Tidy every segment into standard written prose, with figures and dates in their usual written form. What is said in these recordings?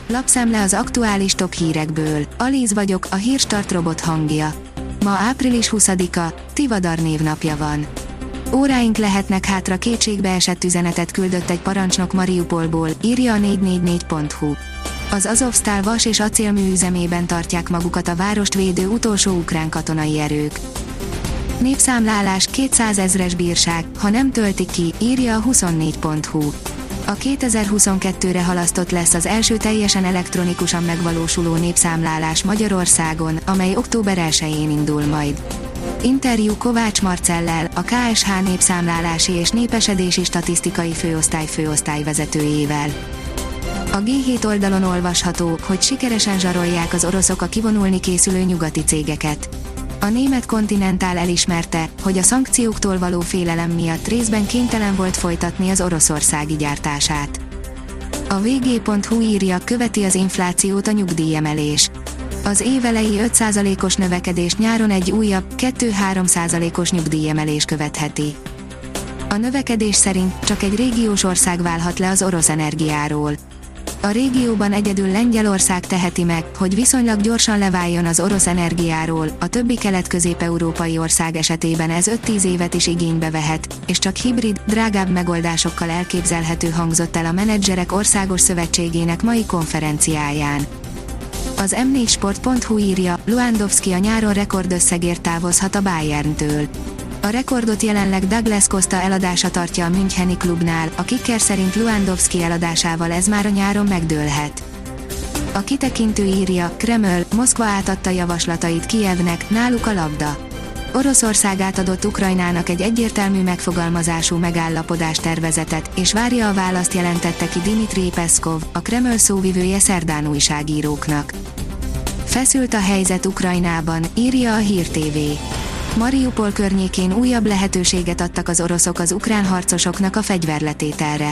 Lapszemle az aktuális top hírekből. Alíz vagyok, a Hírstart robot hangja. Ma április 20-a, Tivadar névnapja van. Óráink lehetnek hátra, kétségbeesett üzenetet küldött egy parancsnok Mariupolból, írja a 444.hu. Az Azovsztál vas és acélmű üzemében tartják magukat a várost védő utolsó ukrán katonai erők. Népszámlálás, 200 000-es bírság, ha nem töltik ki, írja a 24.hu. A 2022-re halasztott lesz az első teljesen elektronikusan megvalósuló népszámlálás Magyarországon, amely október 1-én indul majd. Interjú Kovács Marcellel, a KSH népszámlálási és népesedési statisztikai főosztály főosztályvezetőjével. A G7 oldalon olvasható, hogy sikeresen zsarolják az oroszok a kivonulni készülő nyugati cégeket. A német Continental elismerte, hogy a szankcióktól való félelem miatt részben kénytelen volt folytatni az oroszországi gyártását. A vg.hu írja, követi az inflációt a nyugdíjemelés. Az évelei 5%-os növekedést nyáron egy újabb, 2-3%-os nyugdíjemelés követheti. A növekedés szerint csak egy régiós ország válhat le az orosz energiáról. A régióban egyedül Lengyelország teheti meg, hogy viszonylag gyorsan leváljon az orosz energiáról, a többi kelet-közép-európai ország esetében ez 5-10 évet is igénybe vehet, és csak hibrid, drágább megoldásokkal elképzelhető, hangzott el a Menedzserek Országos Szövetségének mai konferenciáján. Az m4sport.hu írja, Lewandowski a nyáron rekordösszegért távozhat a Bayerntől. A rekordot jelenleg Douglas Costa eladása tartja a müncheni klubnál, a kicker szerint Lewandowski eladásával ez már a nyáron megdőlhet. A kitekintő írja, Kreml, Moszkva átadta javaslatait Kijevnek, náluk a labda. Oroszország átadott Ukrajnának egy egyértelmű megfogalmazású megállapodás tervezetet, és várja a választ, jelentette ki Dmitry Peszkov, a Kreml szóvivője szerdán újságíróknak. Feszült a helyzet Ukrajnában, írja a Hír TV. Mariupol környékén újabb lehetőséget adtak az oroszok az ukrán harcosoknak a fegyverletételre.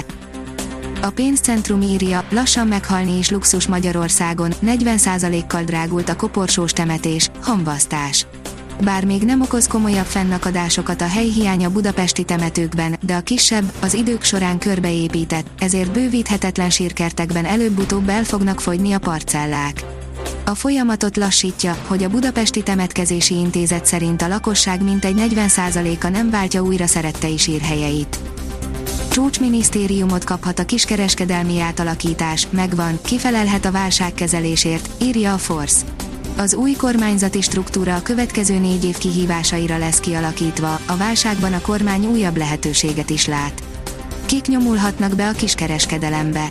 A pénzcentrum írja, lassan meghalni is luxus Magyarországon, 40%-kal drágult a koporsós temetés, hamvasztás. Bár még nem okoz komolyabb fennakadásokat a helyhiány a budapesti temetőkben, de a kisebb, az idők során körbeépített, ezért bővíthetetlen sírkertekben előbb-utóbb el fognak fogyni a parcellák. A folyamatot lassítja, hogy a Budapesti Temetkezési Intézet szerint a lakosság mintegy 40%-a nem váltja újra szerettei sírhelyeit. Csúcsminisztériumot kaphat a kiskereskedelmi átalakítás, megvan, kifelelhet a válságkezelésért, írja a Force. Az új kormányzati struktúra a következő 4 év kihívásaira lesz kialakítva, a válságban a kormány újabb lehetőséget is lát. Kik nyomulhatnak be a kiskereskedelembe?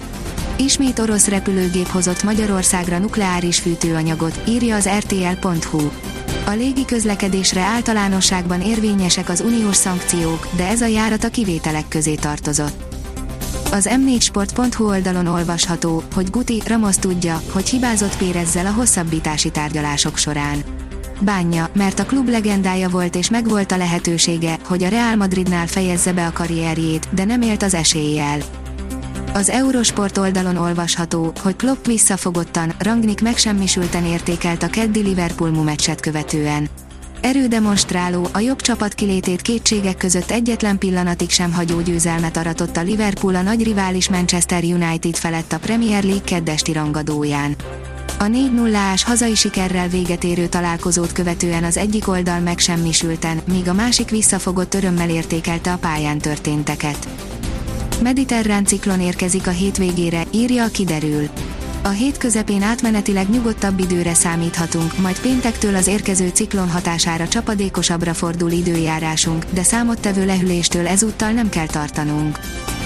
Ismét orosz repülőgép hozott Magyarországra nukleáris fűtőanyagot, írja az RTL.hu. A légiközlekedésre általánosságban érvényesek az uniós szankciók, de ez a járat a kivételek közé tartozott. Az m4sport.hu oldalon olvasható, hogy Guti, Ramos tudja, hogy hibázott Pérezzel a hosszabbítási tárgyalások során. Bánja, mert a klub legendája volt és megvolt a lehetősége, hogy a Real Madridnál fejezze be a karrierjét, de nem élt az eséllyel. Az Eurosport oldalon olvasható, hogy Klopp visszafogottan, Rangnick megsemmisülten értékelt a keddi Liverpool meccset követően. Erődemonstráló, a jobb csapat kilétét kétségek között egyetlen pillanatig sem hagyó győzelmet aratott a Liverpool a nagy rivális Manchester United felett a Premier League keddesti rangadóján. A 4-0-ás hazai sikerrel véget érő találkozót követően az egyik oldal megsemmisülten, míg a másik visszafogott örömmel értékelte a pályán történteket. Mediterrán ciklon érkezik a hétvégére, írja a Kiderül. A hét közepén átmenetileg nyugodtabb időre számíthatunk, majd péntektől az érkező ciklon hatására csapadékosabbra fordul időjárásunk, de számottevő lehűléstől ezúttal nem kell tartanunk.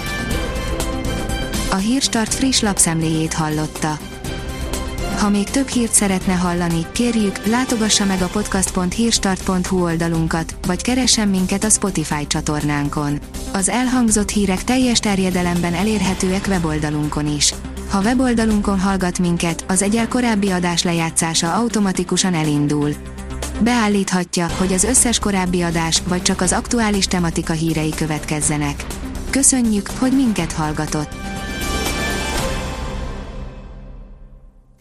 A Hírstart friss lapszemléjét hallotta. Ha még több hírt szeretne hallani, kérjük, látogassa meg a podcast.hírstart.hu oldalunkat, vagy keressen minket a Spotify csatornánkon. Az elhangzott hírek teljes terjedelemben elérhetőek weboldalunkon is. Ha weboldalunkon hallgat minket, az egyel korábbi adás lejátszása automatikusan elindul. Beállíthatja, hogy az összes korábbi adás, vagy csak az aktuális tematika hírei következzenek. Köszönjük, hogy minket hallgatott!